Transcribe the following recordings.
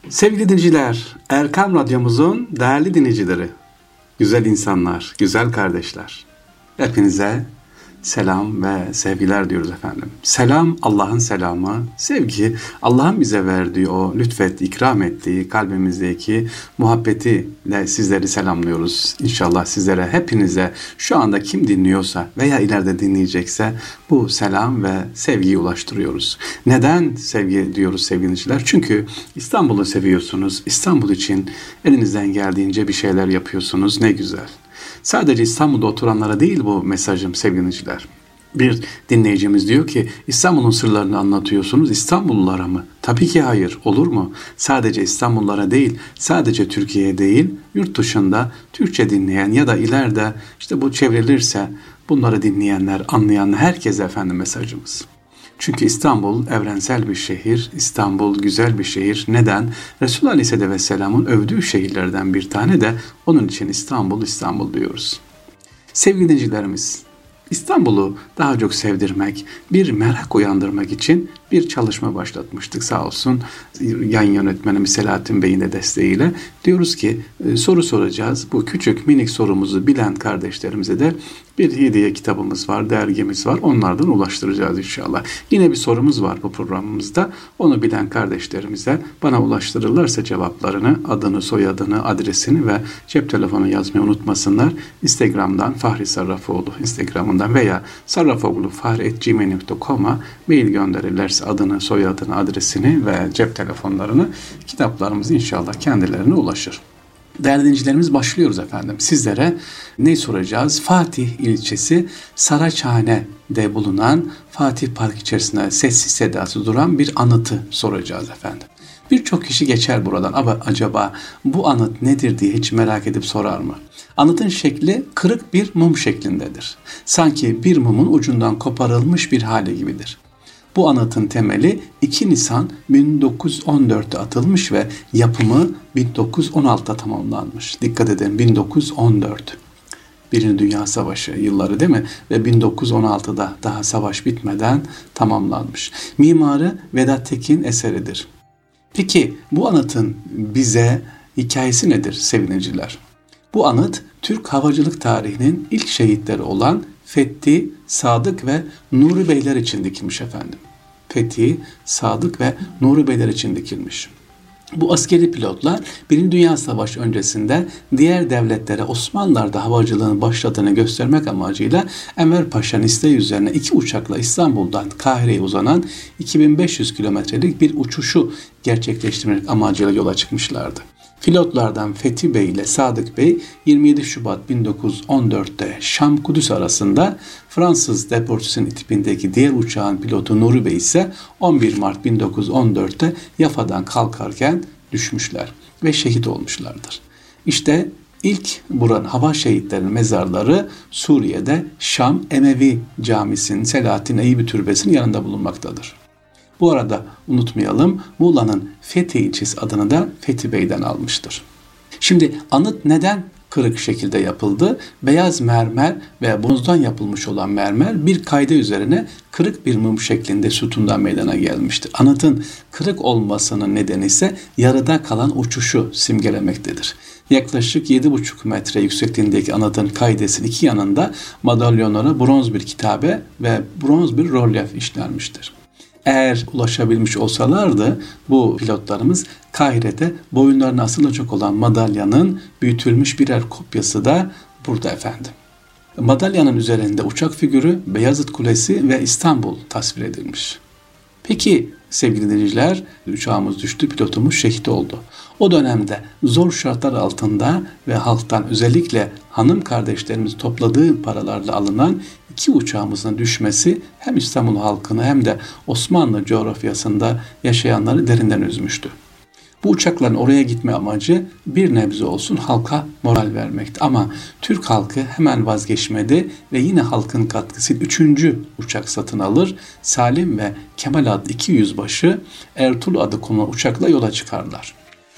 Sevgili dinleyiciler, Erkam Radyomuzun değerli dinleyicileri, güzel insanlar, güzel kardeşler, hepinize selam ve sevgiler diyoruz efendim. Selam Allah'ın selamı, sevgi Allah'ın bize verdiği o lütfet, ikram ettiği kalbimizdeki muhabbetiyle sizleri selamlıyoruz. İnşallah sizlere, hepinize şu anda kim dinliyorsa veya ileride dinleyecekse bu selam ve sevgiyi ulaştırıyoruz. Neden sevgi diyoruz sevgili dinleyiciler? Çünkü İstanbul'u seviyorsunuz. İstanbul için elinizden geldiğince bir şeyler yapıyorsunuz. Ne güzel. Sadece İstanbul'da oturanlara değil bu mesajım sevgili dinleyiciler. Bir dinleyicimiz diyor ki İstanbul'un sırlarını anlatıyorsunuz İstanbullulara mı? Tabii ki hayır. Olur mu? Sadece İstanbullulara değil, sadece Türkiye'ye değil, yurt dışında Türkçe dinleyen ya da ileride işte bu çevrilirse bunları dinleyenler, anlayanlar, herkese efendim mesajımız. Çünkü İstanbul evrensel bir şehir, İstanbul güzel bir şehir. Neden? Resulullah Aleyhisselatü Vesselam'ın övdüğü şehirlerden bir tane de onun için İstanbul, İstanbul diyoruz. Sevgili dinleyicilerimiz, İstanbul'u daha çok sevdirmek, bir merak uyandırmak için bir çalışma başlatmıştık sağ olsun yayın yönetmenimiz Selahattin Bey'in de desteğiyle. Diyoruz ki soru soracağız. Bu küçük minik sorumuzu bilen kardeşlerimize de bir hediye kitabımız var, dergimiz var. Onlardan ulaştıracağız inşallah. Yine bir sorumuz var bu programımızda. Onu bilen kardeşlerimize bana ulaştırırlarsa cevaplarını, adını, soyadını, adresini ve cep telefonu yazmayı unutmasınlar. Instagram'dan Fahri Sarrafoğlu Instagram'ından veya sarrafoğlufahri@gmail.com'a mail gönderirlerse adını, soyadını, adresini ve cep telefonlarını, kitaplarımız inşallah kendilerine ulaşır. Değerli dinleyicilerimiz, başlıyoruz efendim. Sizlere ne soracağız? Fatih ilçesi Saraçhane'de bulunan Fatih Park içerisinde sessiz sedasız duran bir anıtı soracağız efendim. Birçok kişi geçer buradan ama acaba bu anıt nedir diye hiç merak edip sorar mı? Anıtın şekli kırık bir mum şeklindedir. Sanki bir mumun ucundan koparılmış bir hali gibidir. Bu anıtın temeli 2 Nisan 1914'te atılmış ve yapımı 1916'da tamamlanmış. Dikkat edin, 1914. Birinci Dünya Savaşı yılları değil mi? Ve 1916'da daha savaş bitmeden tamamlanmış. Mimarı Vedat Tekin eseridir. Peki bu anıtın bize hikayesi nedir sevgiliciler? Bu anıt Türk havacılık tarihinin ilk şehitleri olan Fethi, Sadık ve Nuri Beyler için dikilmiş efendim. Fethi, Sadık ve Nuri Beyler için dikilmiş. Bu askeri pilotlar Birinci Dünya Savaşı öncesinde diğer devletlere Osmanlılar'da havacılığın başladığını göstermek amacıyla Enver Paşa'nın isteği üzerine 2 uçakla İstanbul'dan Kahire'ye uzanan 2500 kilometrelik bir uçuşu gerçekleştirmek amacıyla yola çıkmışlardı. Pilotlardan Fethi Bey ile Sadık Bey 27 Şubat 1914'te Şam-Kudüs arasında, Fransız Deportives tipindeki diğer uçağın pilotu Nuri Bey ise 11 Mart 1914'te Yafa'dan kalkarken düşmüşler ve şehit olmuşlardır. İşte ilk buranın hava şehitlerinin mezarları Suriye'de Şam Emevi Camisi'nin Selahattin Eyyubi Türbesi'nin yanında bulunmaktadır. Bu arada unutmayalım, Muğla'nın Fethi ilçesi adını da Fethi Bey'den almıştır. Şimdi anıt neden kırık şekilde yapıldı? Beyaz mermer ve bronzdan yapılmış olan mermer bir kayda üzerine kırık bir mum şeklinde sütundan meydana gelmiştir. Anıtın kırık olmasının nedeni ise yarıda kalan uçuşu simgelemektedir. Yaklaşık 7,5 metre yüksekliğindeki anıtın kaidesinin 2 yanında madalyonlara bronz bir kitabe ve bronz bir rölyef işlenmiştir. Eğer ulaşabilmiş olsalardı bu pilotlarımız Kahire'de boyunlarına asılacak olan madalyanın büyütülmüş birer kopyası da burada efendim. Madalyanın üzerinde uçak figürü, Beyazıt Kulesi ve İstanbul tasvir edilmiş. Peki sevgili dinleyiciler, uçağımız düştü, pilotumuz şehit oldu. O dönemde zor şartlar altında ve halktan özellikle hanım kardeşlerimiz topladığı paralarla alınan 2 uçağımızın düşmesi hem İstanbul halkını hem de Osmanlı coğrafyasında yaşayanları derinden üzmüştü. Bu uçakların oraya gitme amacı bir nebze olsun halka moral vermekti. Ama Türk halkı hemen vazgeçmedi ve yine halkın katkısı 3. uçak satın alır. Salim ve Kemal adlı 2 yüzbaşı Ertuğrul adı konulan uçakla yola çıkarlar.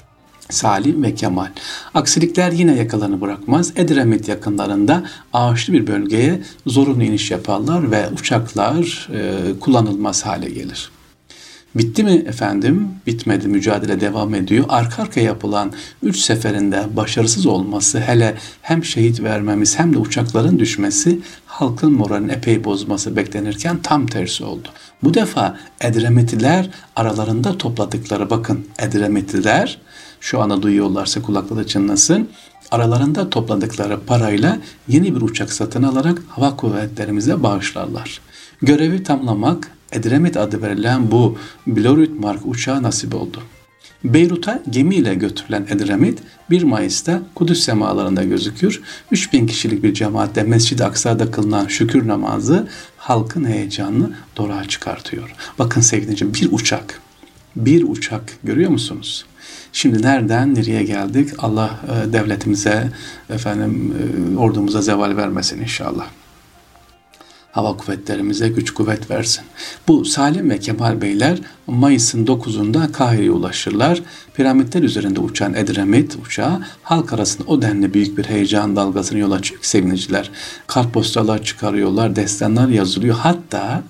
Salim ve Kemal. Aksilikler yine yakalarını bırakmaz. Edremit yakınlarında ağaçlı bir bölgeye zorunlu iniş yaparlar ve uçaklar kullanılmaz hale gelir. Bitti mi efendim? Bitmedi. Mücadele devam ediyor. Arka arkaya yapılan 3 seferinde başarısız olması, hele hem şehit vermemiz hem de uçakların düşmesi halkın moralini epey bozması beklenirken tam tersi oldu. Bu defa Edremitliler aralarında topladıkları, bakın Edremitliler şu anda duyuyorlarsa kulakları çınlasın, aralarında topladıkları parayla yeni bir uçak satın alarak hava kuvvetlerimize bağışlarlar. Görevi tamamlamak Edremit adı verilen bu Blaurit Mark uçağı nasip oldu. Beyrut'a gemiyle götürülen Edremit 1 Mayıs'ta Kudüs semalarında gözükür. 3000 kişilik bir cemaatle Mescid-i Aksa'da kılınan şükür namazı halkın heyecanını doruğa çıkartıyor. Bakın sevgili bir uçak görüyor musunuz? Şimdi nereden nereye geldik? Allah devletimize, ordumuza zeval vermesin inşallah. Hava kuvvetlerimize güç kuvvet versin. Bu Salim ve Kemal Beyler Mayıs'ın 9'unda Kahire'ye ulaşırlar. Piramitler üzerinde uçan Edremit uçağı halk arasında o denli büyük bir heyecan dalgasını yol açıyor ki seviniciler. Kartpostallar çıkarıyorlar, destanlar yazılıyor. Hatta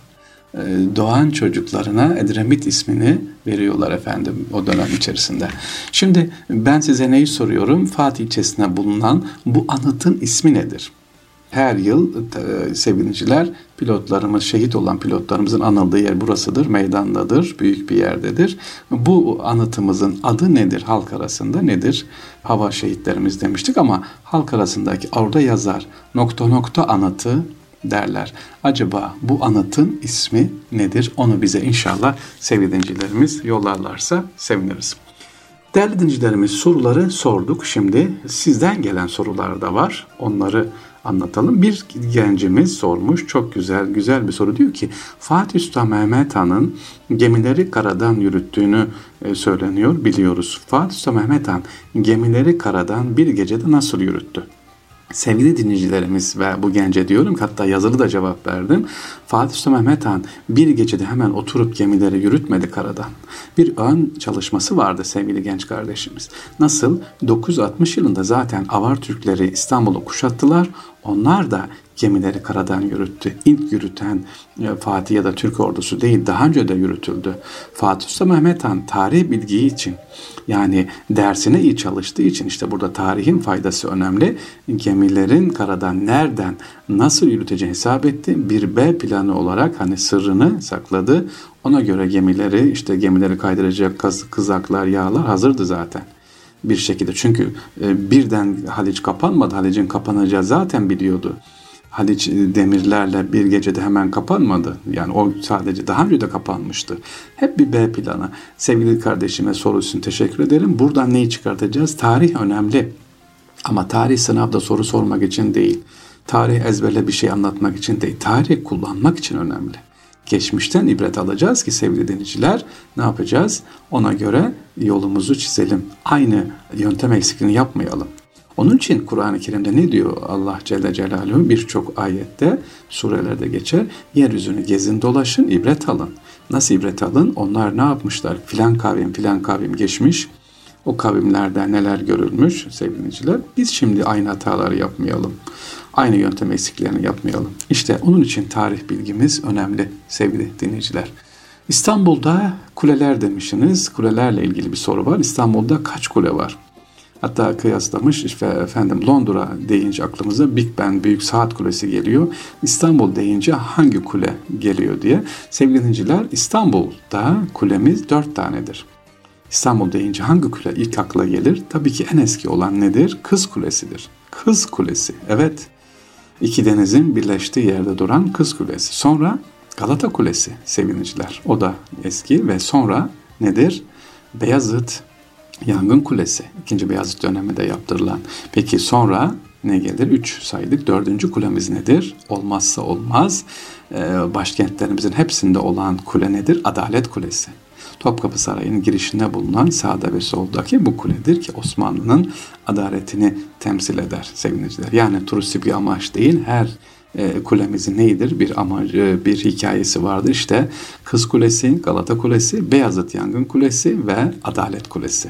doğan çocuklarına Edremit ismini veriyorlar efendim o dönem içerisinde. Şimdi ben size neyi soruyorum? Fatih ilçesinde bulunan bu anıtın ismi nedir? Her yıl sevgiliciler pilotlarımız, şehit olan pilotlarımızın anıldığı yer burasıdır, meydandadır, büyük bir yerdedir. Bu anıtımızın adı nedir halk arasında? Nedir? Hava şehitlerimiz demiştik ama halk arasındaki orada yazar nokta anıtı derler. Acaba bu anıtın ismi nedir? Onu bize inşallah sevgili dinleyicilerimiz yollarlarsa seviniriz. Değerli dinleyicilerimiz soruları sorduk. Şimdi sizden gelen sorular da var. Onları anlatalım. Bir gencimiz sormuş. Çok güzel bir soru. Diyor ki Fatih Sultan Mehmet Han'ın gemileri karadan yürüttüğünü söyleniyor. Biliyoruz. Fatih Sultan Mehmet Han gemileri karadan bir gecede nasıl yürüttü? Sevgili dinleyicilerimiz ve bu gence diyorum ki hatta yazılı da cevap verdim. Fatih Sultan Mehmet Han bir gecede hemen oturup gemileri yürütmedi karadan. Bir ön çalışması vardı sevgili genç kardeşimiz. Nasıl? 960 yılında zaten Avar Türkleri İstanbul'u kuşattılar. Onlar da gemileri karadan yürüttü. İlk yürüten Fatih ya da Türk ordusu değil, daha önce de yürütüldü. Fatih Sultan Mehmet Han tarih bildiği için, yani dersine iyi çalıştığı için, işte burada tarihin faydası önemli. Gemilerin karadan nereden, nasıl yürüteceğini hesap etti. Bir B planı olarak hani sırrını sakladı. Ona göre gemileri kaydıracak kızaklar, yağlar hazırdı zaten. Bir şekilde, çünkü birden Haliç kapanmadı. Halic'in kapanacağı zaten biliyordu. Haliç demirlerle bir gecede hemen kapanmadı. Yani o sadece daha önce de kapanmıştı. Hep bir B planı. Sevgili kardeşime soru için teşekkür ederim. Buradan neyi çıkartacağız? Tarih önemli. Ama tarih sınavda soru sormak için değil. Tarih ezberle bir şey anlatmak için değil. Tarih kullanmak için önemli. Geçmişten ibret alacağız ki sevgili dinleyiciler, ne yapacağız? Ona göre yolumuzu çizelim. Aynı yöntem eksikliğini yapmayalım. Onun için Kur'an-ı Kerim'de ne diyor Allah Celle Celaluhu? Birçok ayette, surelerde geçer. Yeryüzünü gezin dolaşın, ibret alın. Nasıl ibret alın? Onlar ne yapmışlar? Filan kavim geçmiş. O kavimlerden neler görülmüş sevgili dinleyiciler? Biz şimdi aynı hataları yapmayalım. Aynı yöntem eksiklerini yapmayalım. İşte onun için tarih bilgimiz önemli sevgili dinleyiciler. İstanbul'da kuleler demişsiniz. Kulelerle ilgili bir soru var. İstanbul'da kaç kule var? Hatta kıyaslamış Londra deyince aklımıza Big Ben, Büyük Saat Kulesi geliyor. İstanbul deyince hangi kule geliyor diye. Sevgili dinleyiciler, İstanbul'da kulemiz 4 tanedir. İstanbul deyince hangi kule ilk akla gelir? Tabii ki en eski olan nedir? Kız Kulesi'dir. Kız Kulesi, evet. İki denizin birleştiği yerde duran Kız Kulesi. Sonra Galata Kulesi sevgiliciler. O da eski ve sonra nedir? Beyazıt Yangın Kulesi. 2. Beyazıt döneminde yaptırılan. Peki sonra ne gelir? 3 saydık. 4. kulemiz nedir? Olmazsa olmaz. Başkentlerimizin hepsinde olan kule nedir? Adalet Kulesi. Topkapı Sarayı'nın girişinde bulunan sağda ve soldaki bu kuledir ki Osmanlı'nın adaletini temsil eder sevgiliciler. Yani turistik bir amaç değil, her kulemizin neyidir? Bir amacı, bir hikayesi vardır. İşte Kız Kulesi, Galata Kulesi, Beyazıt Yangın Kulesi ve Adalet Kulesi.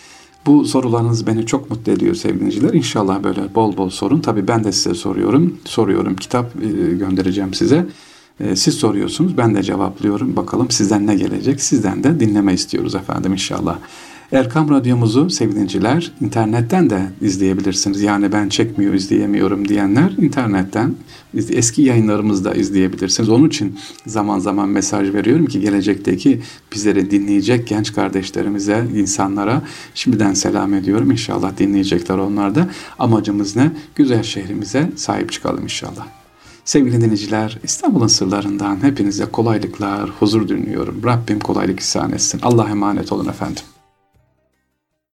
Bu sorularınız beni çok mutlu ediyor sevgiliciler. İnşallah böyle bol bol sorun. Tabii ben de size soruyorum. Kitap göndereceğim size. Siz soruyorsunuz, ben de cevaplıyorum. Bakalım sizden ne gelecek? Sizden de dinleme istiyoruz efendim inşallah. Erkam Radyomuzu sevgili dinleyiciler internetten de izleyebilirsiniz. Yani ben çekmiyor, izleyemiyorum diyenler internetten eski yayınlarımızı da izleyebilirsiniz. Onun için zaman zaman mesaj veriyorum ki gelecekteki bizleri dinleyecek genç kardeşlerimize, insanlara şimdiden selam ediyorum. İnşallah dinleyecekler onlar da. Amacımız ne? Güzel şehrimize sahip çıkalım inşallah. Sevgili dinleyiciler, İstanbul'un sırlarından hepinize kolaylıklar, huzur diliyorum. Rabbim kolaylık ihsan etsin. Allah'a emanet olun efendim.